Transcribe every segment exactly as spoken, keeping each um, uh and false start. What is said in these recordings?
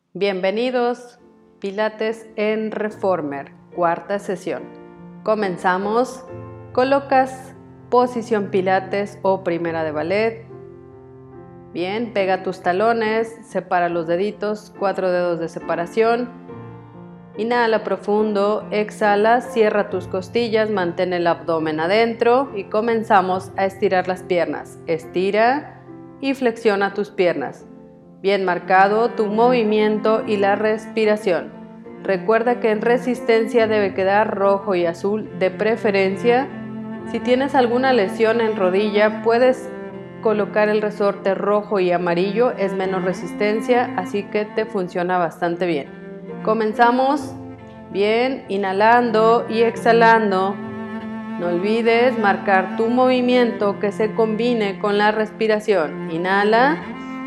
Bienvenidos, Pilates en Reformer, cuarta sesión. Comenzamos. Colocas posición Pilates o primera de ballet. Bien, pega tus talones, separa los deditos, cuatro dedos de separación. Inhala profundo, exhala, cierra tus costillas, mantén el abdomen adentro y comenzamos a estirar las piernas. Estira y flexiona tus piernas. Bien marcado tu movimiento y la respiración. Recuerda que en resistencia debe quedar rojo y azul de preferencia. Si tienes alguna lesión en rodilla, puedes colocar el resorte rojo y amarillo, es menos resistencia, así que te funciona bastante bien. Comenzamos. Bien, inhalando y exhalando. No olvides marcar tu movimiento que se combine con la respiración. Inhala.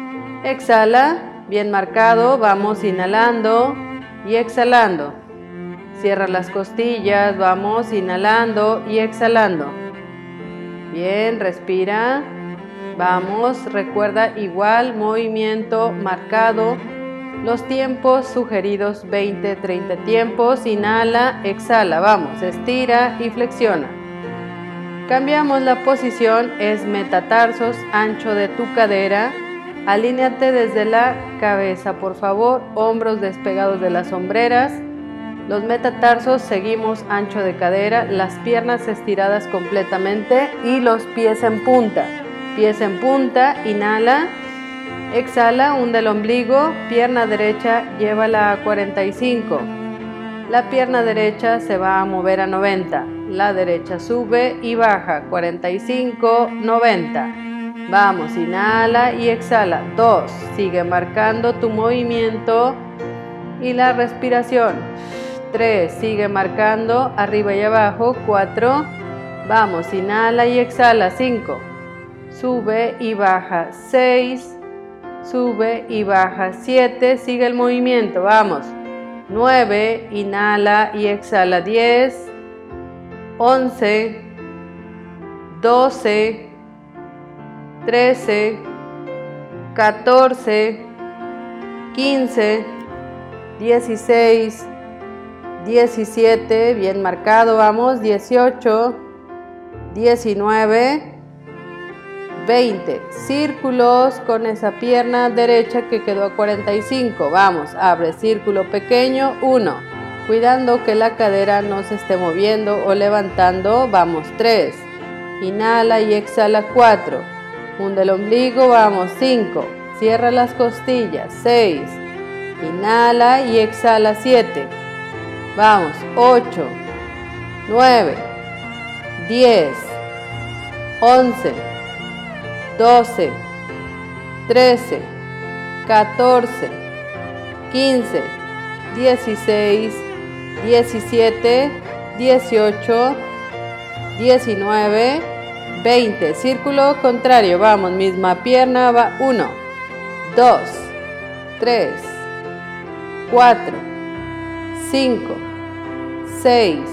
Exhala, bien marcado, vamos inhalando y exhalando. Cierra las costillas, vamos inhalando y exhalando. Bien, respira. Vamos, recuerda igual movimiento marcado. Los tiempos sugeridos veinte, treinta tiempos. Inhala, exhala, vamos, estira y flexiona. Cambiamos la posición, es metatarsos, ancho de tu cadera. Alíneate desde la cabeza, por favor, hombros despegados de las hombreras. Los metatarsos seguimos ancho de cadera, las piernas estiradas completamente y los pies en punta. Pies en punta, inhala, exhala, hunde el ombligo, pierna derecha, llévala a cuarenta y cinco. La pierna derecha se va a mover a noventa. La derecha sube y baja, cuarenta y cinco, noventa. Vamos, inhala y exhala. dos. Sigue marcando tu movimiento y la respiración. tres. Sigue marcando arriba y abajo. cuatro. Vamos, inhala y exhala. cinco. Sube y baja. seis. Sube y baja. siete. Sigue el movimiento. Vamos. nueve. Inhala y exhala. diez. once. doce. trece, catorce, quince, dieciséis, diecisiete, bien marcado, vamos, dieciocho, diecinueve, veinte. Círculos con esa pierna derecha que quedó a cuarenta y cinco. Vamos, abre círculo pequeño, uno. Cuidando que la cadera no se esté moviendo o levantando, vamos, tres. Inhala y exhala, cuatro. Hunde el ombligo, vamos, cinco. Cierra las costillas, seis. Inhala y exhala, siete. Vamos, ocho, nueve, diez, once, doce, trece, catorce, quince, dieciséis, diecisiete, dieciocho, diecinueve, veinte. Círculo contrario, vamos, misma pierna, va uno, dos, tres, cuatro, cinco, seis,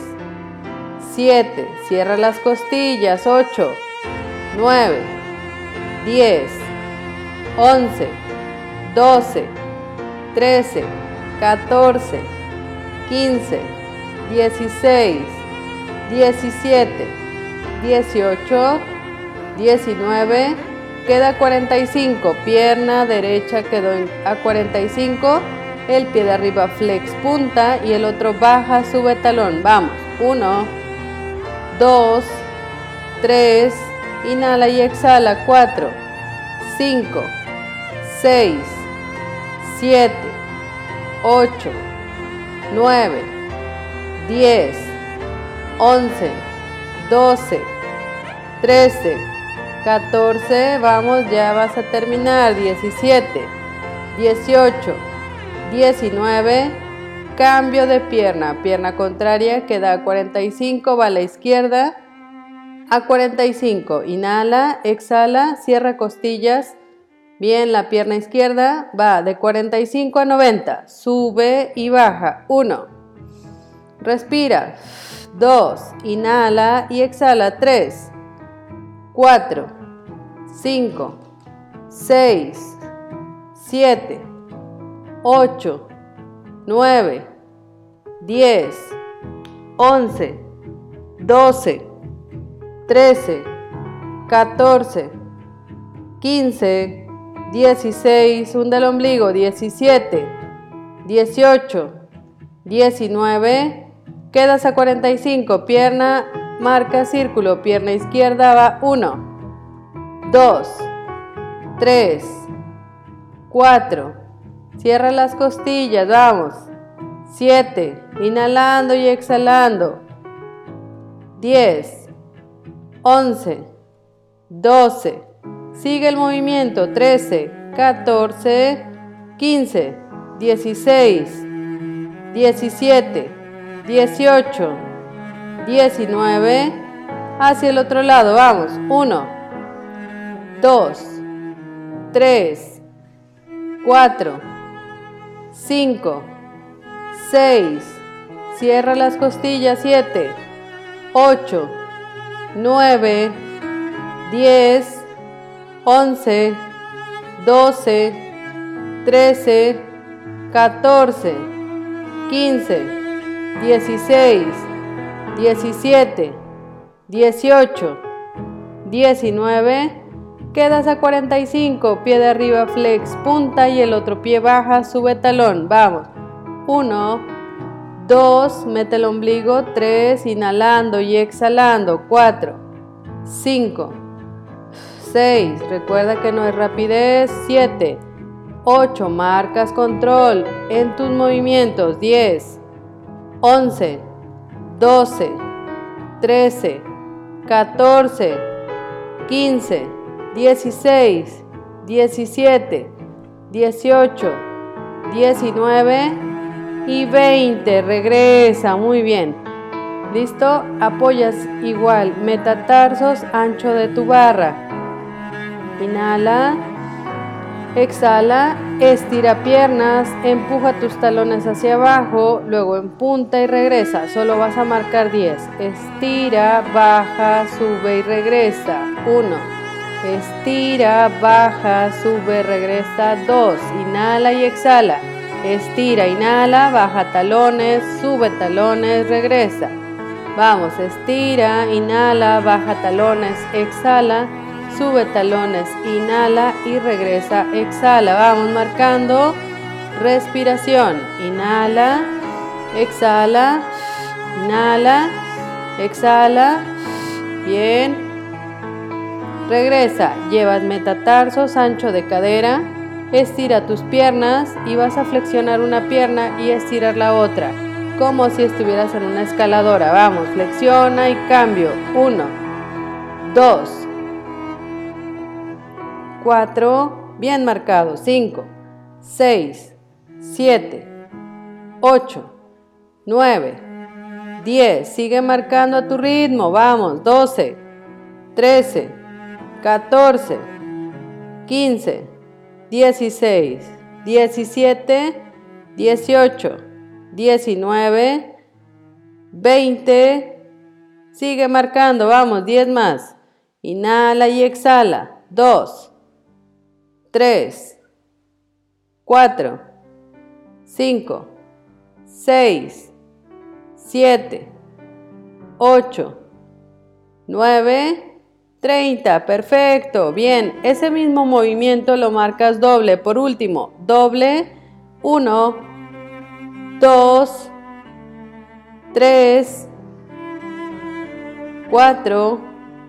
siete. Cierra las costillas, ocho, nueve, diez, once, doce, trece, catorce, quince, dieciséis, diecisiete, dieciocho, diecinueve, queda cuarenta y cinco, pierna derecha quedó a cuarenta y cinco, el pie de arriba flex punta y el otro baja, sube talón, vamos, uno, dos, tres, inhala y exhala, cuatro, cinco, seis, siete, ocho, nueve, diez, once, doce, trece, catorce, vamos, ya vas a terminar, diecisiete, dieciocho, diecinueve, cambio de pierna, pierna contraria, queda a cuarenta y cinco, va a la izquierda, a cuarenta y cinco, inhala, exhala, cierra costillas, bien, la pierna izquierda va de cuarenta y cinco a noventa, sube y baja, uno, respira, dos, inhala y exhala, tres, cuatro, cinco, seis, siete, ocho, nueve, diez, once, doce, trece, catorce, quince, dieciséis, hunde el ombligo, diecisiete, dieciocho, diecinueve, quedas a cuarenta y cinco, pierna, marca círculo, pierna izquierda va uno, dos, tres, cuatro, cierra las costillas, vamos, siete, inhalando y exhalando, diez, once, doce, sigue el movimiento, trece, catorce, quince, dieciséis, diecisiete, dieciocho, diecinueve, hacia el otro lado, vamos, uno, dos, tres, cuatro, cinco, seis, cierra las costillas, siete, ocho, nueve, diez, once, doce, trece, catorce, quince, dieciséis, diecisiete, dieciocho, diecinueve, quedas a cuarenta y cinco, pie de arriba flex, punta y el otro pie baja, sube talón, vamos, uno, dos, mete el ombligo, tres, inhalando y exhalando, cuatro, cinco, seis, recuerda que no es rapidez, siete, ocho, marcas control en tus movimientos, diez, once, doce, trece, catorce, quince, dieciséis, diecisiete, dieciocho, diecinueve y veinte, regresa, muy bien, listo, apoyas igual, metatarsos, ancho de tu barra, inhala, exhala, estira piernas, empuja tus talones hacia abajo, luego en punta y regresa, solo vas a marcar diez, estira, baja, sube y regresa, uno, estira, baja, sube, regresa, dos, inhala y exhala, estira, inhala, baja talones, sube talones, regresa, vamos, estira, inhala, baja talones, exhala, sube talones, inhala y regresa, exhala, vamos marcando, respiración, inhala, exhala, inhala, exhala, bien, regresa, llevas metatarsos, ancho de cadera, estira tus piernas y vas a flexionar una pierna y estirar la otra, como si estuvieras en una escaladora, vamos, flexiona y cambio, uno, dos, cuatro, bien marcado, cinco, seis, siete, ocho, nueve, diez, sigue marcando a tu ritmo, vamos, doce, trece, catorce, quince, dieciséis, diecisiete, dieciocho, diecinueve, veinte, sigue marcando, vamos, diez más, inhala y exhala, dos, tres, cuatro, cinco, seis, siete, ocho, nueve, treinta, perfecto, bien, ese mismo movimiento lo marcas doble, por último, doble, uno, dos, tres, cuatro,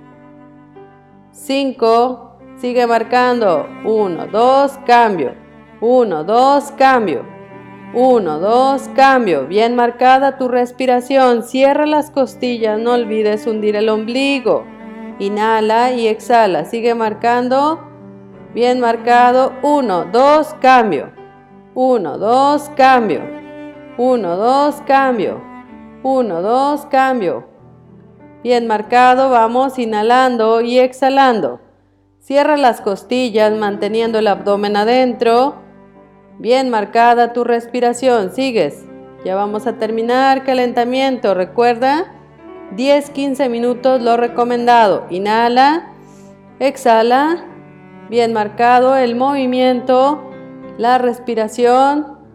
cinco, sigue marcando, uno, dos, cambio, uno, dos, cambio, uno, dos, cambio, bien marcada tu respiración, cierra las costillas, no olvides hundir el ombligo, inhala y exhala, sigue marcando, bien marcado, uno, dos, cambio, uno, dos, cambio, uno, dos, cambio, uno, dos, cambio, bien marcado, vamos inhalando y exhalando. Cierra las costillas manteniendo el abdomen adentro. Bien marcada tu respiración. Sigues. Ya vamos a terminar calentamiento. Recuerda, diez a quince minutos lo recomendado. Inhala, exhala. Bien marcado el movimiento, la respiración.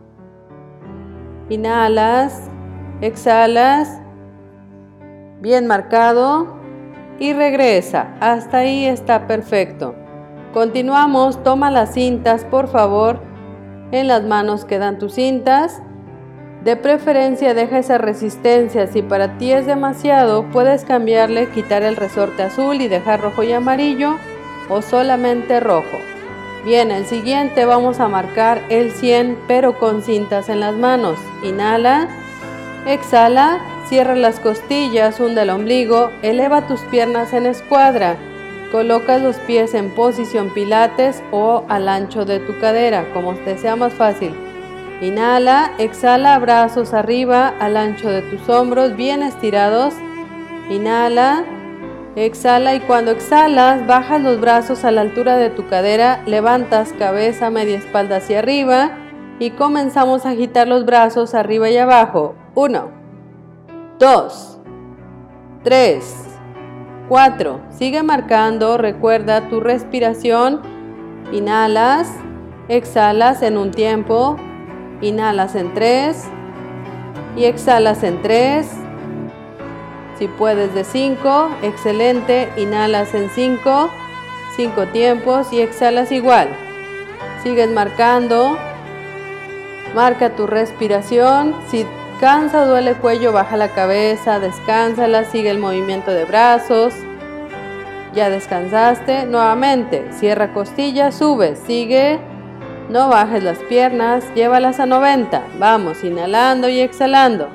Inhalas, exhalas, bien marcado y regresa. Hasta ahí está perfecto. Continuamos, toma las cintas, por favor. En las manos quedan tus cintas. De preferencia deja esa resistencia. Si para ti es demasiado, puedes cambiarle, quitar el resorte azul y dejar rojo y amarillo o solamente rojo. Bien, el siguiente vamos a marcar el cien, pero con cintas en las manos. Inhala, exhala, cierra las costillas, hunde el ombligo, eleva tus piernas en escuadra. Colocas los pies en posición pilates o al ancho de tu cadera, como te sea más fácil. Inhala, exhala, brazos arriba, al ancho de tus hombros, bien estirados. Inhala, exhala y cuando exhalas, bajas los brazos a la altura de tu cadera, levantas cabeza, media espalda hacia arriba y comenzamos a agitar los brazos arriba y abajo. Uno, dos, tres, cuatro. Sigue marcando, recuerda tu respiración. Inhalas, exhalas en un tiempo. Inhalas en tres y exhalas en tres. Si puedes de cinco, excelente. Inhalas en cinco, cinco tiempos y exhalas igual. Sigues marcando. Marca tu respiración. Si cansa o duele el cuello, baja la cabeza, descánsala, sigue el movimiento de brazos. Ya descansaste. Nuevamente, cierra costillas, sube, sigue. No bajes las piernas, llévalas a noventa. Vamos, inhalando y exhalando.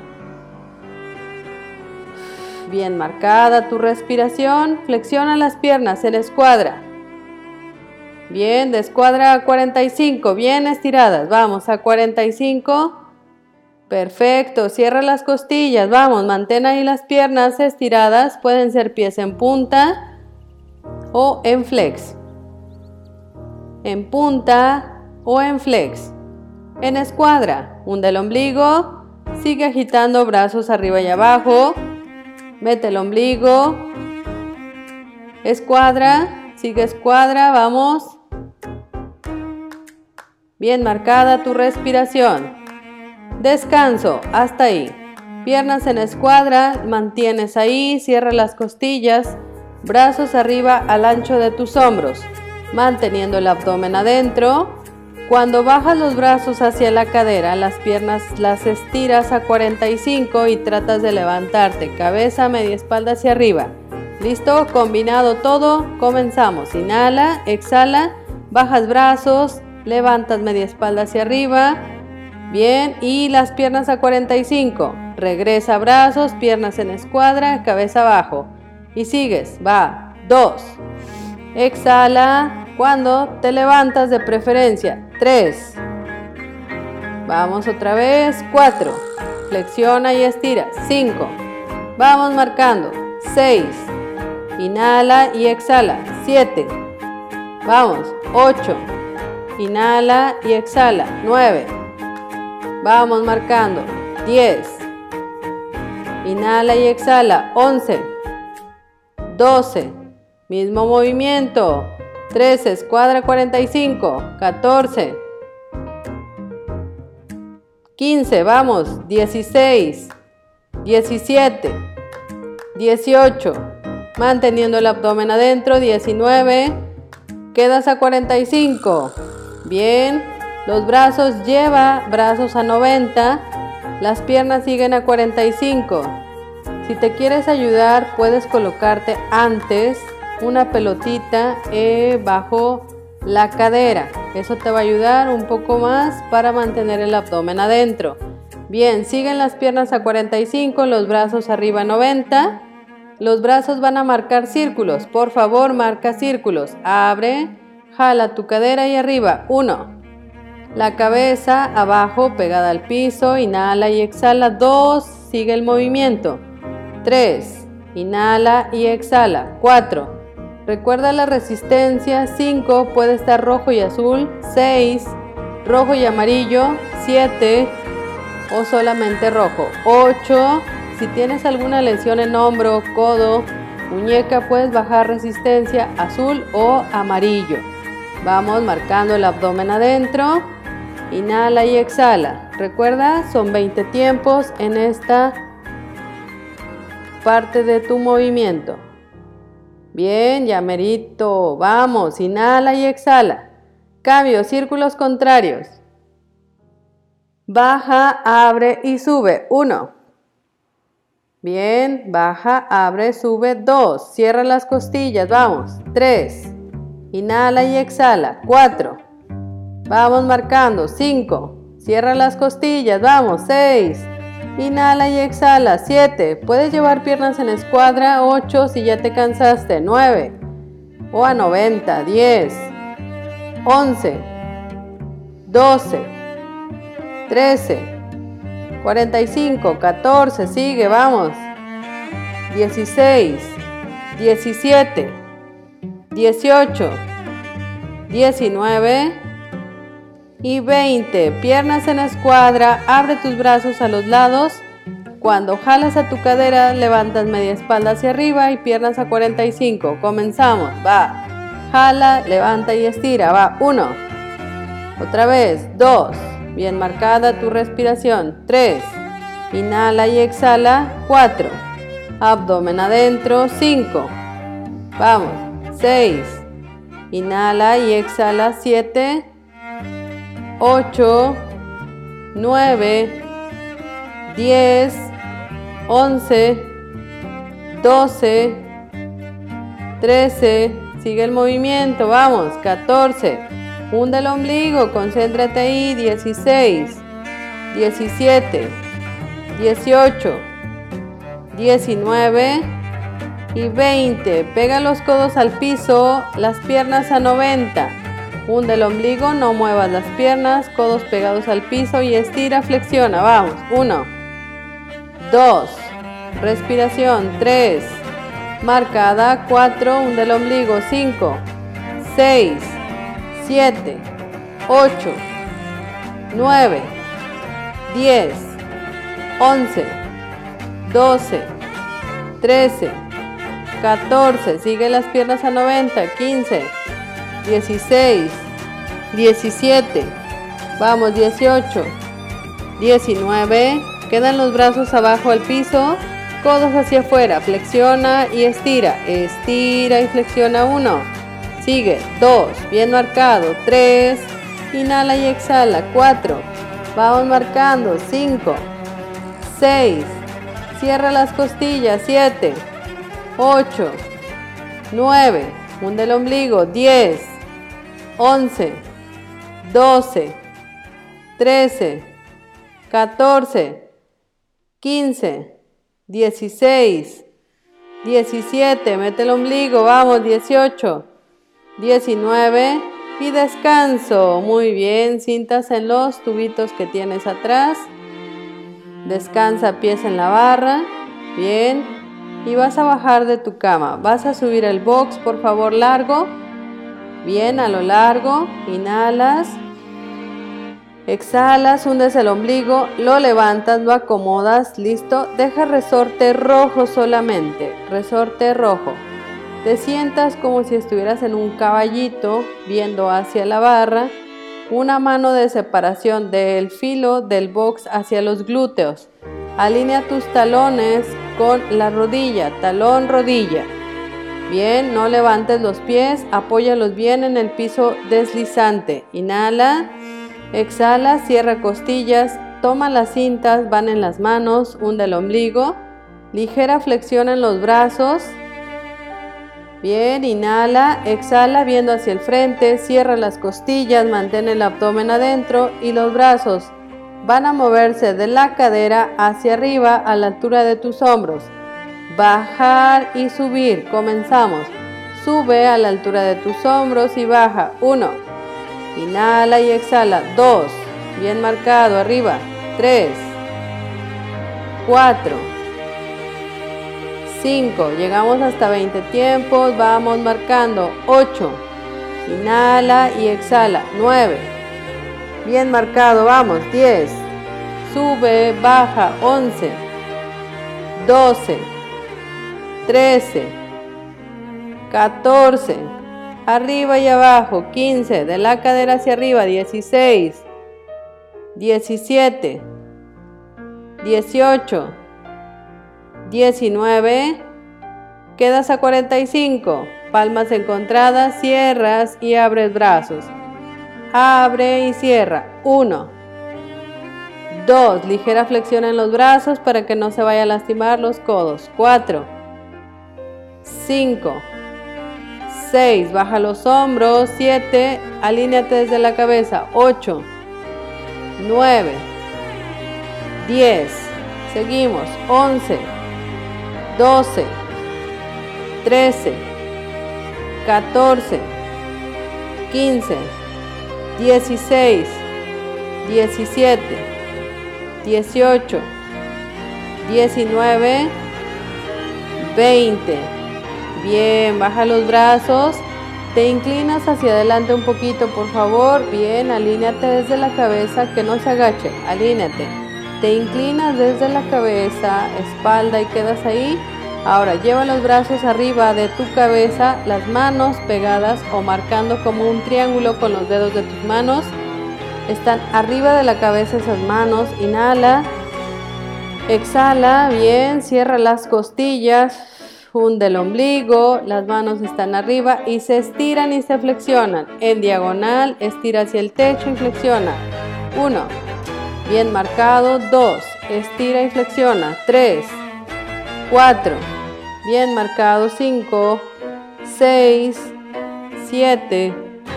Bien marcada tu respiración. Flexiona las piernas en escuadra. Bien, de escuadra a cuarenta y cinco, bien estiradas. Vamos a cuarenta y cinco. Perfecto, cierra las costillas. Vamos, mantén ahí las piernas estiradas. Pueden ser pies en punta o en flex. En punta o en flex. En escuadra, hunde el ombligo, sigue agitando brazos arriba y abajo, mete el ombligo, escuadra, sigue escuadra, vamos. Bien marcada tu respiración. Descanso, hasta ahí. Piernas en escuadra, mantienes ahí, cierra las costillas, brazos arriba al ancho de tus hombros, manteniendo el abdomen adentro. Cuando bajas los brazos hacia la cadera, las piernas las estiras a cuarenta y cinco y tratas de levantarte, cabeza, media espalda hacia arriba. ¿Listo? Combinado todo, comenzamos. Inhala, exhala, bajas brazos, levantas media espalda hacia arriba. Bien, y las piernas a cuarenta y cinco. Regresa brazos, piernas en escuadra, cabeza abajo. Y sigues, va, dos. Exhala. Cuando te levantas de preferencia, tres. Vamos otra vez, cuatro. Flexiona y estira, cinco. Vamos marcando, seis. Inhala y exhala, siete. Vamos, ocho. Inhala y exhala, nueve. Vamos marcando, diez. Inhala y exhala, once. doce. Mismo movimiento. trece, escuadra cuarenta y cinco, catorce, quince, vamos, dieciséis, diecisiete, dieciocho, manteniendo el abdomen adentro, diecinueve, quedas a cuarenta y cinco, bien, los brazos lleva, brazos a noventa, las piernas siguen a cuarenta y cinco, si te quieres ayudar puedes colocarte antes una pelotita eh, bajo la cadera. Eso te va a ayudar un poco más para mantener el abdomen adentro. Bien, siguen las piernas a cuarenta y cinco, los brazos arriba a noventa. Los brazos van a marcar círculos. Por favor, marca círculos. Abre, jala tu cadera y arriba. uno. La cabeza abajo pegada al piso. Inhala y exhala. dos. Sigue el movimiento. tres. Inhala y exhala. cuatro. Recuerda la resistencia. cinco. Puede estar rojo y azul. seis. Rojo y amarillo. siete. O solamente rojo. ocho. Si tienes alguna lesión en hombro, codo, muñeca, puedes bajar resistencia azul o amarillo. Vamos marcando el abdomen adentro. Inhala y exhala. Recuerda, son veinte tiempos en esta parte de tu movimiento. Bien, ya merito. Vamos, inhala y exhala. Cambio, círculos contrarios. Baja, abre y sube. Uno. Bien, baja, abre, sube. Dos. Cierra las costillas. Vamos. Tres. Inhala y exhala. Cuatro. Vamos marcando. Cinco. Cierra las costillas. Vamos. Seis. Inhala y exhala. Siete. Puedes llevar piernas en escuadra. Ocho si ya te cansaste. Nueve. O a noventa. Diez. Once. Doce. Trece. cuarenta y cinco. catorce. Sigue. Vamos. dieciséis. diecisiete. dieciocho. diecinueve. Y veinte. Piernas en escuadra. Abre tus brazos a los lados. Cuando jalas a tu cadera, levantas media espalda hacia arriba y piernas a cuarenta y cinco. Comenzamos. Va. Jala, levanta y estira. Va. uno. Otra vez. dos. Bien marcada tu respiración. tres. Inhala y exhala. cuatro. Abdomen adentro. cinco. Vamos. seis. Inhala y exhala. siete. ocho, nueve, diez, once, doce, trece, sigue el movimiento, vamos, catorce, hunde el ombligo, concéntrate ahí, dieciséis, diecisiete, dieciocho, diecinueve y veinte, pega los codos al piso, las piernas a noventa. Hunde el ombligo, no muevas las piernas, codos pegados al piso y estira, flexiona. Vamos. uno, dos, respiración. tres, marcada. cuatro, hunde el ombligo. cinco, seis, siete, ocho, nueve, diez, once, doce, trece, catorce. Sigue las piernas a noventa. quince. dieciséis, diecisiete, vamos, dieciocho, diecinueve, quedan los brazos abajo al piso, codos hacia afuera, flexiona y estira, estira y flexiona. uno, sigue. dos, bien marcado. tres, inhala y exhala. cuatro, vamos marcando. cinco, seis, cierra las costillas. siete, ocho, nueve, hunde el ombligo. diez, once, doce, trece, catorce, quince, dieciséis, diecisiete, mete el ombligo, vamos, dieciocho, diecinueve y descanso. Muy bien, cintas en los tubitos que tienes atrás. Descansa pies en la barra. Bien. Y vas a bajar de tu cama. Vas a subir el box, por favor, largo. Bien, a lo largo. Inhalas. Exhalas, hundes el ombligo, lo levantas, lo acomodas, listo. Deja resorte rojo solamente, resorte rojo. Te sientas como si estuvieras en un caballito viendo hacia la barra. Una mano de separación del filo del box hacia los glúteos. Alinea tus talones con la rodilla, talón, rodilla. Bien, no levantes los pies, apóyalos bien en el piso deslizante. Inhala, exhala, cierra costillas, toma las cintas, van en las manos, hunde el ombligo. Ligera flexión en los brazos. Bien, inhala, exhala viendo hacia el frente, cierra las costillas, mantén el abdomen adentro y los brazos van a moverse de la cadera hacia arriba a la altura de tus hombros. Bajar y subir. Comenzamos. Sube a la altura de tus hombros y baja. uno. Inhala y exhala. dos. Bien marcado. Arriba. tres. cuatro. cinco. Llegamos hasta veinte tiempos. Vamos marcando. ocho. Inhala y exhala. nueve. Bien marcado. Vamos. diez. Sube, baja. once. doce. trece, catorce, arriba y abajo, quince, de la cadera hacia arriba, dieciséis, diecisiete, dieciocho, diecinueve, quedas a cuarenta y cinco, palmas encontradas, cierras y abres brazos. Abre y cierra. uno, dos, ligera flexión en los brazos para que no se vaya a lastimar los codos. cuatro, cinco, seis, baja los hombros. siete, alíneate desde la cabeza. ocho, nueve, diez, seguimos. once, doce, trece, catorce, quince, dieciséis, diecisiete, dieciocho, diecinueve, veinte. Bien, baja los brazos. Te inclinas hacia adelante un poquito, por favor. Bien, alíneate desde la cabeza, que no se agache. Alíneate. Te inclinas desde la cabeza, espalda y quedas ahí. Ahora lleva los brazos arriba de tu cabeza, las manos pegadas o marcando como un triángulo con los dedos de tus manos. Están arriba de la cabeza esas manos. Inhala. Exhala. Bien, cierra las costillas. Hunde el ombligo, las manos están arriba y se estiran y se flexionan. En diagonal, estira hacia el techo y flexiona. uno, bien marcado. dos, estira y flexiona. tres, cuatro, bien marcado. cinco, seis, siete,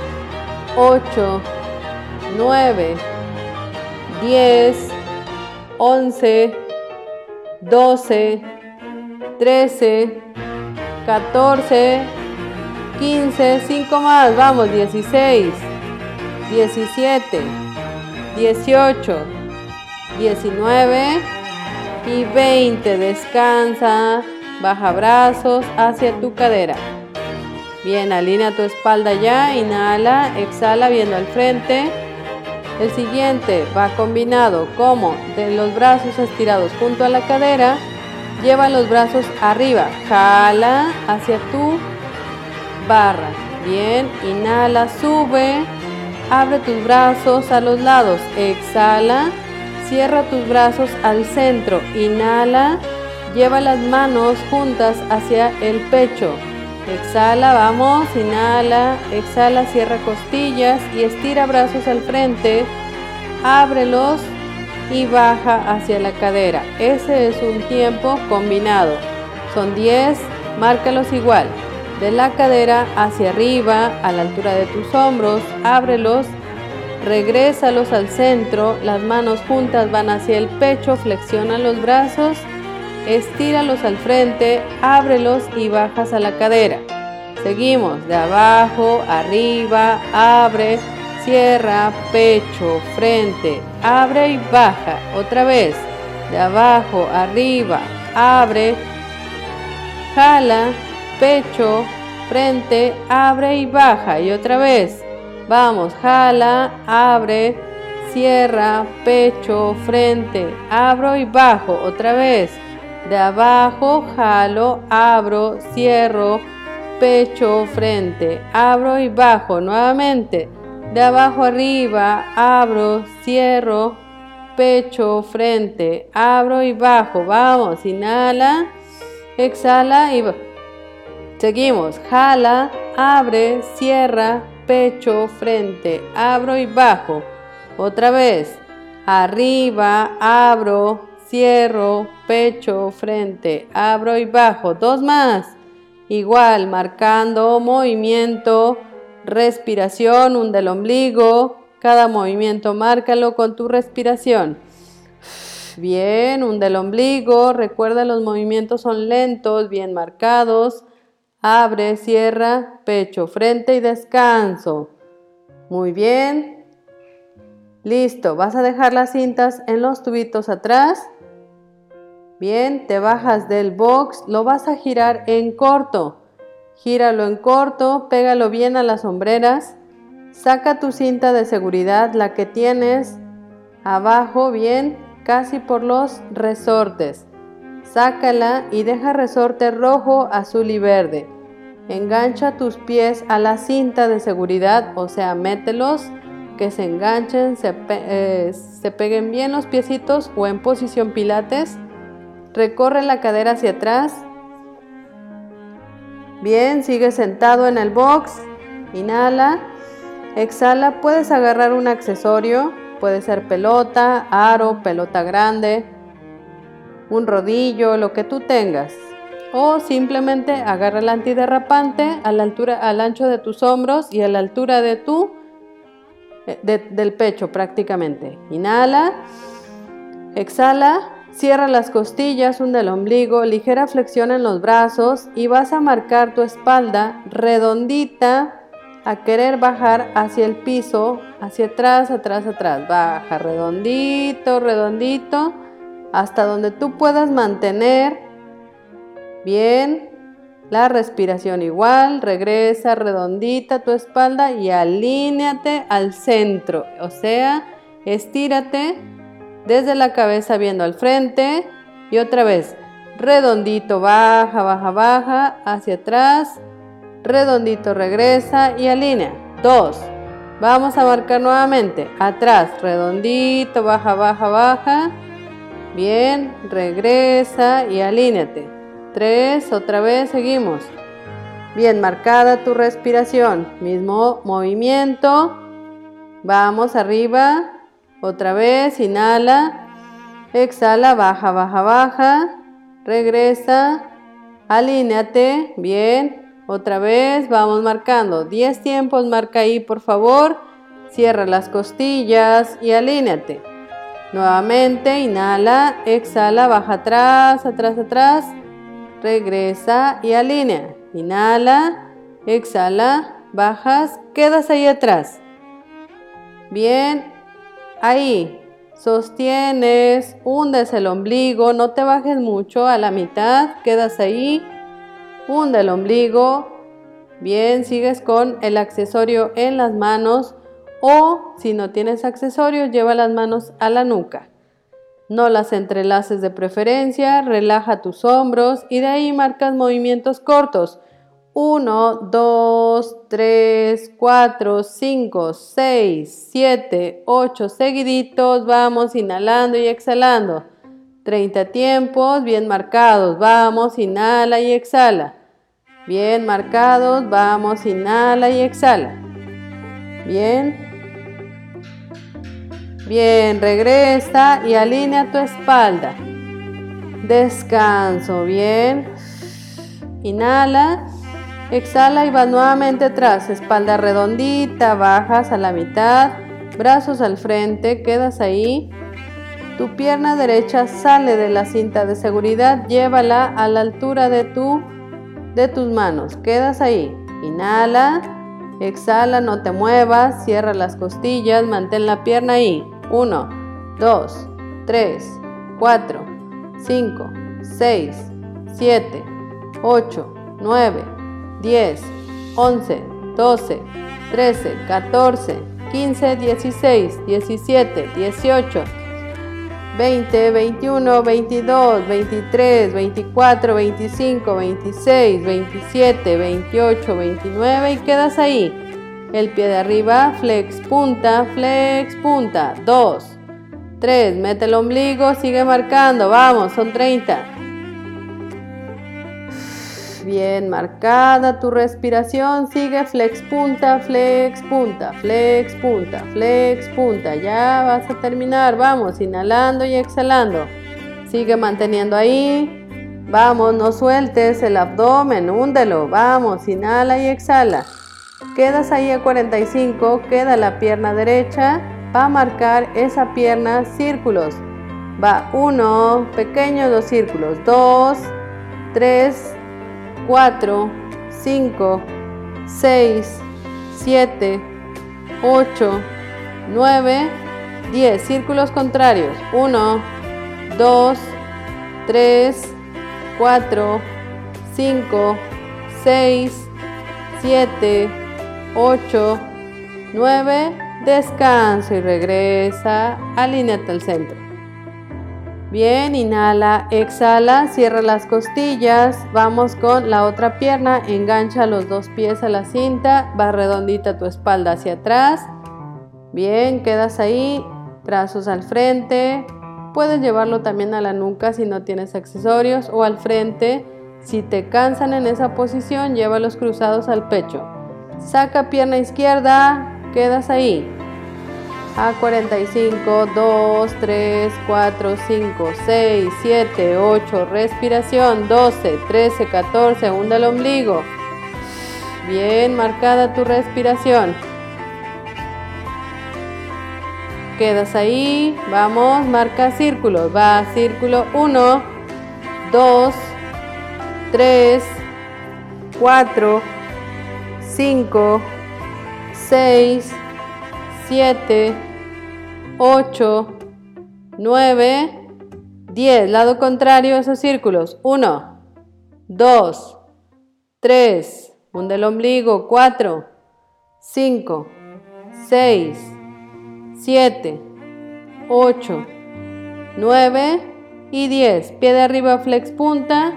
ocho, nueve, diez, once, doce, trece, catorce, quince, cinco más, vamos, dieciséis, diecisiete, dieciocho, diecinueve y veinte. Descansa, baja brazos hacia tu cadera. Bien, alinea tu espalda ya, inhala, exhala viendo al frente. El siguiente va combinado como de los brazos estirados junto a la cadera. Lleva los brazos arriba, jala hacia tu barra. Bien, inhala, sube, abre tus brazos a los lados, exhala, cierra tus brazos al centro, inhala, lleva las manos juntas hacia el pecho, exhala, vamos, inhala, exhala, cierra costillas y estira brazos al frente, ábrelos y baja hacia la cadera. Ese es un tiempo combinado. Son diez, márcalos igual. De la cadera hacia arriba, a la altura de tus hombros, ábrelos, regrésalos al centro, las manos juntas van hacia el pecho, flexiona los brazos, estíralos al frente, ábrelos y bajas a la cadera. Seguimos de abajo, arriba, abre, cierra, pecho, frente, abre y baja. Otra vez, de abajo, arriba, abre, jala, pecho, frente, abre y baja. Y otra vez, vamos, jala, abre, cierra, pecho, frente, abro y bajo. Otra vez, de abajo, jalo, abro, cierro, pecho, frente, abro y bajo. Nuevamente. De abajo arriba, abro, cierro, pecho, frente, abro y bajo. Vamos, inhala, exhala y bajo. Seguimos, jala, abre, cierra, pecho, frente, abro y bajo. Otra vez, arriba, abro, cierro, pecho, frente, abro y bajo. Dos más, igual, marcando movimiento. Respiración, hunde el ombligo, cada movimiento márcalo con tu respiración. Bien, hunde el ombligo, recuerda los movimientos son lentos, bien marcados. Abre, cierra, pecho, frente y descanso. Muy bien. Listo, vas a dejar las cintas en los tubitos atrás. Bien, te bajas del box, lo vas a girar en corto. Gíralo en corto, pégalo bien a las hombreras, saca tu cinta de seguridad, la que tienes abajo, bien, casi por los resortes. Sácala y deja resorte rojo, azul y verde. Engancha tus pies a la cinta de seguridad, o sea, mételos que se enganchen, se, pe eh, se peguen bien los piecitos o en posición pilates. Recorre la cadera hacia atrás. Bien, sigue sentado en el box. Inhala, exhala. Puedes agarrar un accesorio, puede ser pelota, aro, pelota grande, un rodillo, lo que tú tengas. O simplemente agarra el antiderrapante a la altura, al ancho de tus hombros y a la altura de tu, de, del pecho prácticamente. Inhala, exhala. Cierra las costillas, hunde el ombligo, ligera flexión en los brazos y vas a marcar tu espalda redondita a querer bajar hacia el piso, hacia atrás, atrás, atrás. Baja redondito, redondito, hasta donde tú puedas mantener bien la respiración igual. Regresa redondita tu espalda y alíneate al centro, o sea, estírate desde la cabeza viendo al frente y otra vez, redondito, baja, baja, baja, hacia atrás, redondito, regresa y alinea. Dos, vamos a marcar nuevamente, atrás, redondito, baja, baja, baja, bien, regresa y alíneate. Tres, otra vez, seguimos. Bien marcada tu respiración, mismo movimiento, vamos arriba. Otra vez, inhala, exhala, baja, baja, baja, regresa, alíneate, bien, otra vez, vamos marcando, diez tiempos, marca ahí por favor, cierra las costillas y alíneate. Nuevamente, inhala, exhala, baja atrás, atrás, atrás, regresa y alinea. Inhala, exhala, bajas, quedas ahí atrás. Bien. Ahí, sostienes, hundes el ombligo, no te bajes mucho, a la mitad, quedas ahí, hunde el ombligo, bien, sigues con el accesorio en las manos o si no tienes accesorio, lleva las manos a la nuca. No las entrelaces de preferencia, relaja tus hombros y de ahí marcas movimientos cortos. uno, dos, tres, cuatro, cinco, seis, siete, ocho seguiditos, vamos inhalando y exhalando. treinta tiempos bien marcados, vamos, inhala y exhala. Bien marcados, vamos, inhala y exhala. Bien. Bien, regresa y alinea tu espalda. Descanso, bien. Inhala. Exhala y vas nuevamente atrás, espalda redondita, bajas a la mitad, brazos al frente, quedas ahí. Tu pierna derecha sale de la cinta de seguridad, llévala a la altura de, tu, de tus manos, quedas ahí. Inhala, exhala, no te muevas, cierra las costillas, mantén la pierna ahí. uno, dos, tres, cuatro, cinco, seis, siete, ocho, nueve, diez, once, doce, trece, catorce, quince, dieciséis, diecisiete, dieciocho, veinte, veintiuno, veintidós, veintitrés, veinticuatro, veinticinco, veintiséis, veintisiete, veintiocho, veintinueve y quedas ahí. El pie de arriba, flex punta, flex punta. dos, tres, mete el ombligo, sigue marcando, vamos, son treinta. Bien marcada tu respiración, sigue flex punta, flex punta, flex punta, flex punta. Ya vas a terminar, vamos, inhalando y exhalando. Sigue manteniendo ahí. Vamos, no sueltes el abdomen, húndelo. Vamos, inhala y exhala. Quedas ahí a cuarenta y cinco, queda la pierna derecha. Va a marcar esa pierna círculos. Va uno, pequeños dos círculos, dos, tres, cuatro, cinco, seis, siete, ocho, nueve, diez. Círculos contrarios. uno, dos, tres, cuatro, cinco, seis, siete, ocho, nueve. Descanso y regresa. Alíneate al centro. Bien, inhala, exhala, cierra las costillas, vamos con la otra pierna, engancha los dos pies a la cinta, va redondita tu espalda hacia atrás, Bien, quedas ahí, brazos al frente. Puedes llevarlo también a la nuca si no tienes accesorios o al frente. Si te cansan en esa posición, llévalos cruzados al pecho. Saca pierna izquierda, quedas ahí. A cuarenta y cinco, dos, tres, cuatro, cinco, seis, siete, ocho, respiración, doce, trece, catorce, hunda el ombligo. Bien marcada tu respiración. Quedas ahí, vamos, marca círculos, va, círculo uno, dos, tres, cuatro, cinco, seis, siete, ocho, nueve, diez. Lado contrario a esos círculos. uno, dos, tres, hunde el ombligo. cuatro, cinco, seis, siete, ocho, nueve y diez. Pie de arriba, flex punta.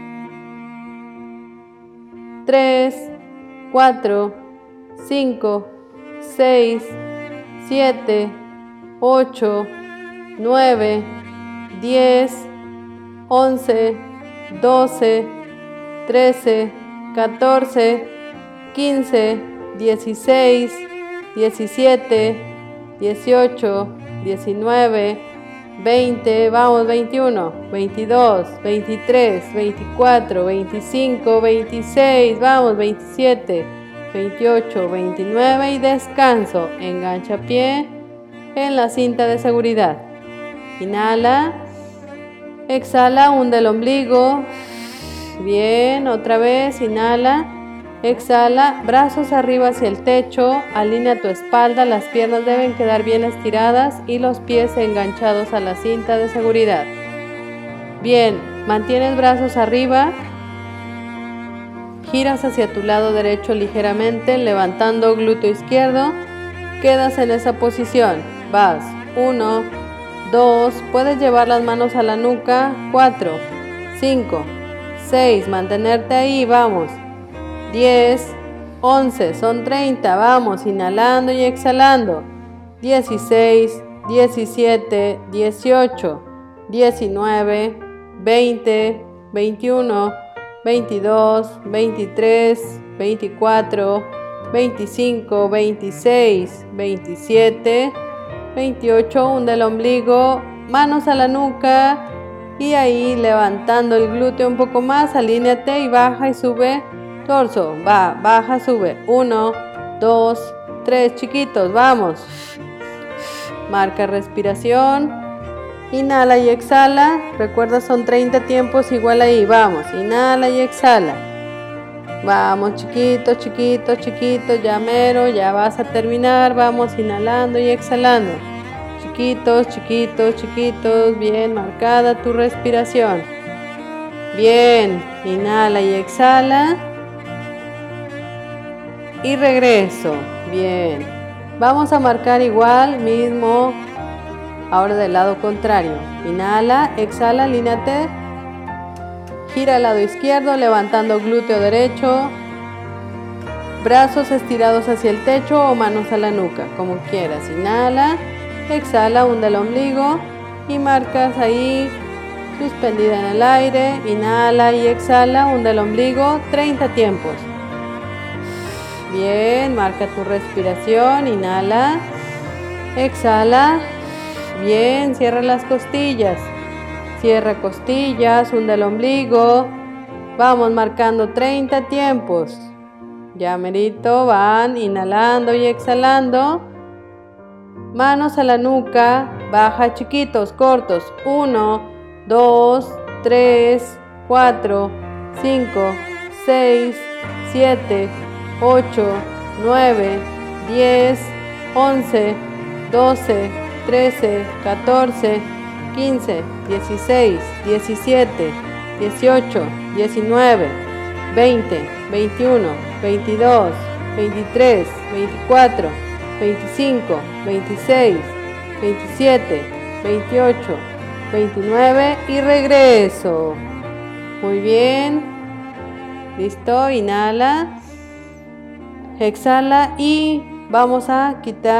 tres, cuatro, cinco, seis, siete, ocho, nueve, diez, once, doce, trece, catorce, quince, dieciséis, diecisiete, dieciocho, diecinueve, veinte, vamos, veintiuno, veintidós, veintitrés, veinticuatro, veinticinco, veintiséis, vamos, veintisiete, veintiocho, veintinueve y descanso. Engancha pie en la cinta de seguridad. Inhala, exhala, hunde el ombligo. Bien, otra vez, inhala, exhala, brazos arriba hacia el techo, alinea tu espalda, las piernas deben quedar bien estiradas y los pies enganchados a la cinta de seguridad. Bien, mantienes brazos arriba. Giras hacia tu lado derecho ligeramente, levantando glúteo izquierdo. Quedas en esa posición. Vas. uno, dos. Puedes llevar las manos a la nuca. cuatro, cinco, seis. Mantenerte ahí. Vamos. diez, once. Son treinta. Vamos. Inhalando y exhalando. dieciséis, diecisiete, dieciocho, diecinueve, veinte, veintiuno, veintidós, veintitrés, veinticuatro, veinticinco, veintiséis, veintisiete, veintiocho, hunde el ombligo, manos a la nuca y ahí levantando el glúteo un poco más, alíneate y baja y sube torso, va, baja, sube, uno, dos, tres, chiquitos, vamos, marca respiración. Inhala y exhala, recuerda son treinta tiempos igual ahí, vamos, inhala y exhala, vamos chiquitos, chiquitos, chiquitos, ya mero, ya vas a terminar, vamos inhalando y exhalando, chiquitos, chiquitos, chiquitos, bien marcada tu respiración, bien, inhala y exhala, y regreso, bien, vamos a marcar igual, mismo. Ahora del lado contrario, inhala, exhala, alíneate, gira al lado izquierdo, levantando glúteo derecho, brazos estirados hacia el techo o manos a la nuca, como quieras, inhala, exhala, hunde el ombligo y marcas ahí, suspendida en el aire, inhala y exhala, hunde el ombligo, treinta tiempos. Bien, marca tu respiración, inhala, exhala. Bien, cierra las costillas, cierra costillas, hunde el ombligo, vamos marcando treinta tiempos, ya merito, van inhalando y exhalando, manos a la nuca, baja chiquitos, cortos, uno, dos, tres, cuatro, cinco, seis, siete, ocho, nueve, diez, once, doce, trece, catorce, quince, dieciséis, diecisiete, dieciocho, diecinueve, veinte, veintiuno, veintidós, veintitrés, veinticuatro, veinticinco, veintiséis, veintisiete, veintiocho, veintinueve y regreso. Muy bien. Listo, inhala, exhala y vamos a quitar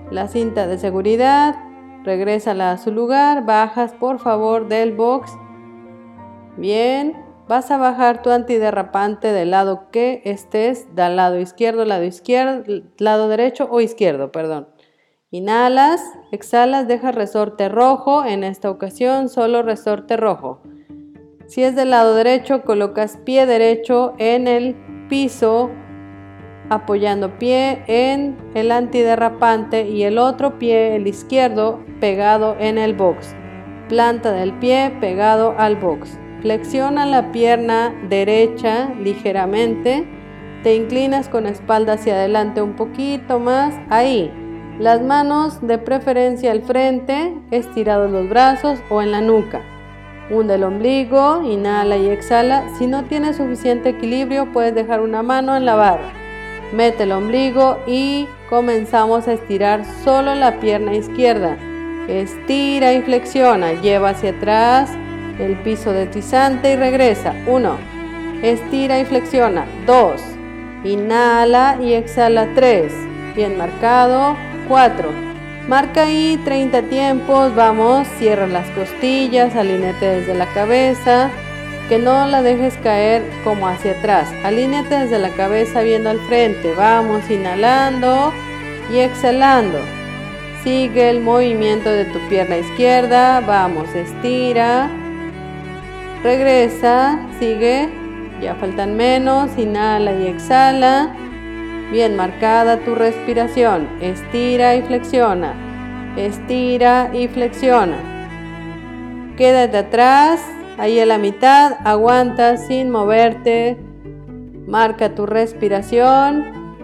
la cinta de seguridad, regrésala a su lugar, bajas por favor del box. Bien, vas a bajar tu antiderrapante del lado que estés, del lado izquierdo, lado izquierdo, lado derecho o izquierdo, perdón. Inhalas, exhalas, deja resorte rojo, en esta ocasión solo resorte rojo. Si es del lado derecho, colocas pie derecho en el piso, apoyando pie en el antiderrapante y el otro pie, el izquierdo, pegado en el box. Planta del pie pegado al box. Flexiona la pierna derecha ligeramente. Te inclinas con espalda hacia adelante un poquito más. Ahí. Las manos de preferencia al frente, estirados los brazos o en la nuca. Hunde el ombligo, inhala y exhala. Si no tienes suficiente equilibrio, puedes dejar una mano en la barra. Mete el ombligo y comenzamos a estirar solo la pierna izquierda. Estira y flexiona, lleva hacia atrás el piso deslizante y regresa. uno. Estira y flexiona. dos. Inhala y exhala. tres. Bien marcado. cuatro. Marca ahí treinta tiempos. Vamos, cierra las costillas, alíneate desde la cabeza. Que no la dejes caer como hacia atrás. Alíneate desde la cabeza viendo al frente. Vamos, inhalando y exhalando. Sigue el movimiento de tu pierna izquierda. Vamos, estira. Regresa, sigue. Ya faltan menos. Inhala y exhala. Bien marcada tu respiración. Estira y flexiona. Estira y flexiona. Quédate atrás. Ahí a la mitad, aguanta sin moverte, marca tu respiración.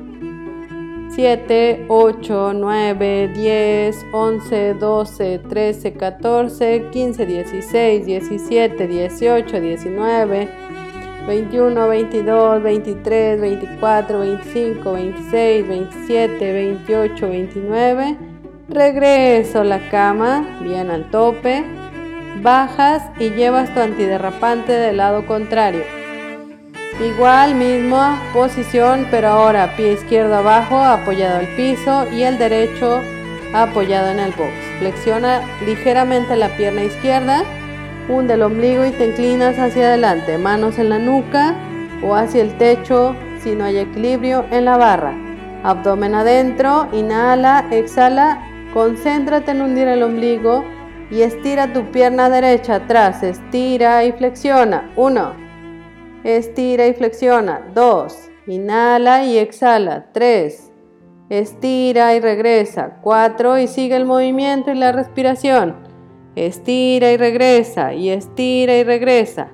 siete, ocho, nueve, diez, once, doce, trece, catorce, quince, dieciséis, diecisiete, dieciocho, diecinueve, veintiuno, veintidós, veintitrés, veinticuatro, veinticinco, veintiséis, veintisiete, veintiocho, veintinueve. Regreso a la cama, bien al tope. Bajas y llevas tu antiderrapante del lado contrario. Igual, misma posición, pero ahora pie izquierdo abajo, apoyado al piso y el derecho apoyado en el box. Flexiona ligeramente la pierna izquierda, hunde el ombligo y te inclinas hacia adelante. Manos en la nuca o hacia el techo si no hay equilibrio en la barra. Abdomen adentro, inhala, exhala, concéntrate en hundir el ombligo. Y estira tu pierna derecha atrás, estira y flexiona. uno. Estira y flexiona. dos. Inhala y exhala. tres. Estira y regresa. cuatro. Y sigue el movimiento y la respiración. Estira y regresa. Y estira y regresa.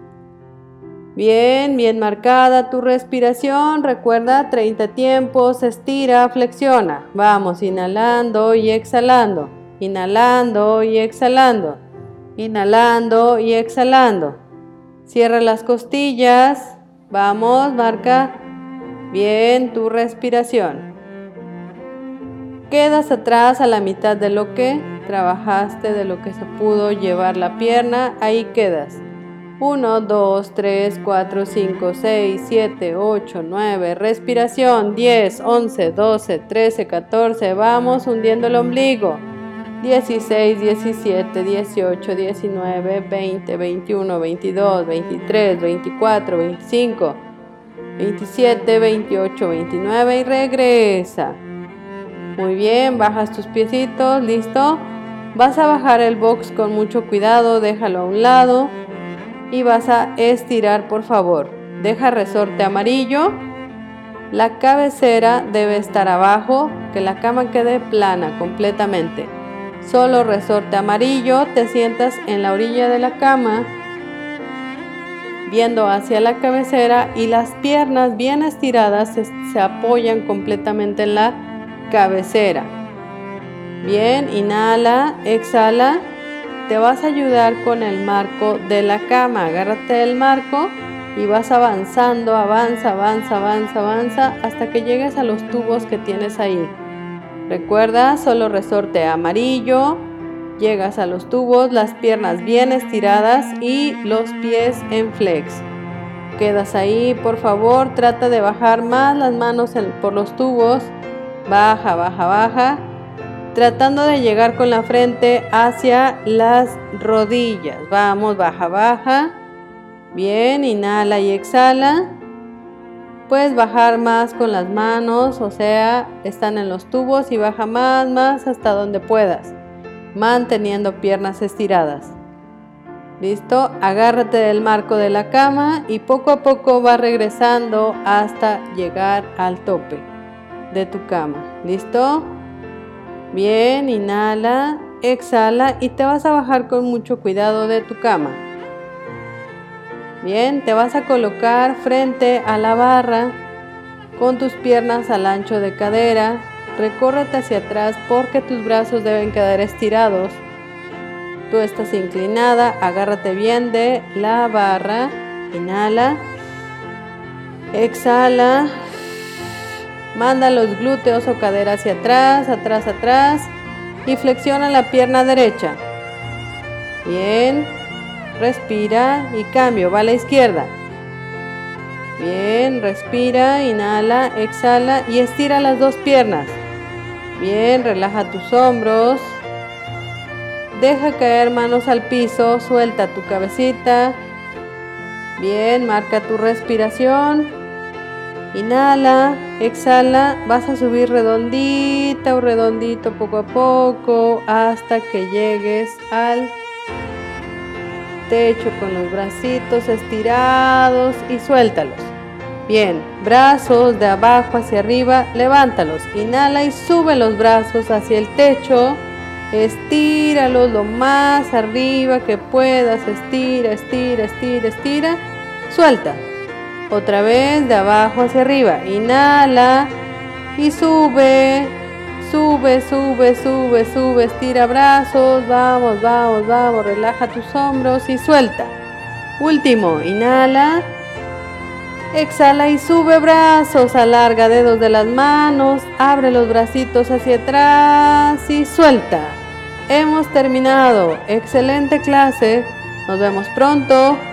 Bien, bien marcada tu respiración. Recuerda, treinta tiempos. Estira, flexiona. Vamos, inhalando y exhalando. Inhalando y exhalando, inhalando y exhalando. Cierra las costillas. Vamos, marca bien tu respiración. Quedas atrás a la mitad de lo que trabajaste, de lo que se pudo llevar la pierna. Ahí quedas. uno, dos, tres, cuatro, cinco, seis, siete, ocho, nueve. Respiración. diez, once, doce, trece, catorce. Vamos hundiendo el ombligo. dieciséis, diecisiete, dieciocho, diecinueve, veinte, veintiuno, veintidós, veintitrés, veinticuatro, veinticinco, veintisiete, veintiocho, veintinueve y regresa. Muy bien, bajas tus piecitos, listo. Vas a bajar el box con mucho cuidado, déjalo a un lado y vas a estirar, por favor. Deja resorte amarillo. La cabecera debe estar abajo, que la cama quede plana completamente. Solo resorte amarillo, te sientas en la orilla de la cama, viendo hacia la cabecera y las piernas bien estiradas se, se apoyan completamente en la cabecera. Bien, inhala, exhala, te vas a ayudar con el marco de la cama, agárrate del marco y vas avanzando, avanza, avanza, avanza, avanza hasta que llegues a los tubos que tienes ahí. Recuerda, solo resorte amarillo, llegas a los tubos, las piernas bien estiradas y los pies en flex. Quedas ahí, por favor, trata de bajar más las manos en, por los tubos, baja, baja, baja. tratando de llegar con la frente hacia las rodillas. Vamos, baja, baja. Bien, inhala y exhala. Puedes bajar más con las manos, o sea, están en los tubos y baja más, más hasta donde puedas, manteniendo piernas estiradas. ¿Listo? Agárrate del marco de la cama y poco a poco va regresando hasta llegar al tope de tu cama. ¿Listo? Bien, inhala, exhala y te vas a bajar con mucho cuidado de tu cama. Bien, te vas a colocar frente a la barra con tus piernas al ancho de cadera. Recórrete hacia atrás porque tus brazos deben quedar estirados. Tú estás inclinada, agárrate bien de la barra. Inhala, exhala, manda los glúteos o cadera hacia atrás, atrás, atrás y flexiona la pierna derecha. Bien. Respira y cambio, va a la izquierda. Bien, respira, inhala, exhala y estira las dos piernas. Bien, relaja tus hombros. Deja caer manos al piso, suelta tu cabecita. Bien, marca tu respiración. Inhala, exhala, vas a subir redondita o redondito poco a poco hasta que llegues al techo con los bracitos estirados y suéltalos. Bien, brazos de abajo hacia arriba, levántalos. Inhala y sube los brazos hacia el techo. Estíralos lo más arriba que puedas. Estira, estira, estira, estira. Suelta. Otra vez de abajo hacia arriba. Inhala y sube. Sube, sube, sube, sube, estira brazos, vamos, vamos, vamos, relaja tus hombros y suelta. Último, inhala, exhala y sube brazos, alarga dedos de las manos, abre los bracitos hacia atrás y suelta. Hemos terminado, excelente clase, nos vemos pronto.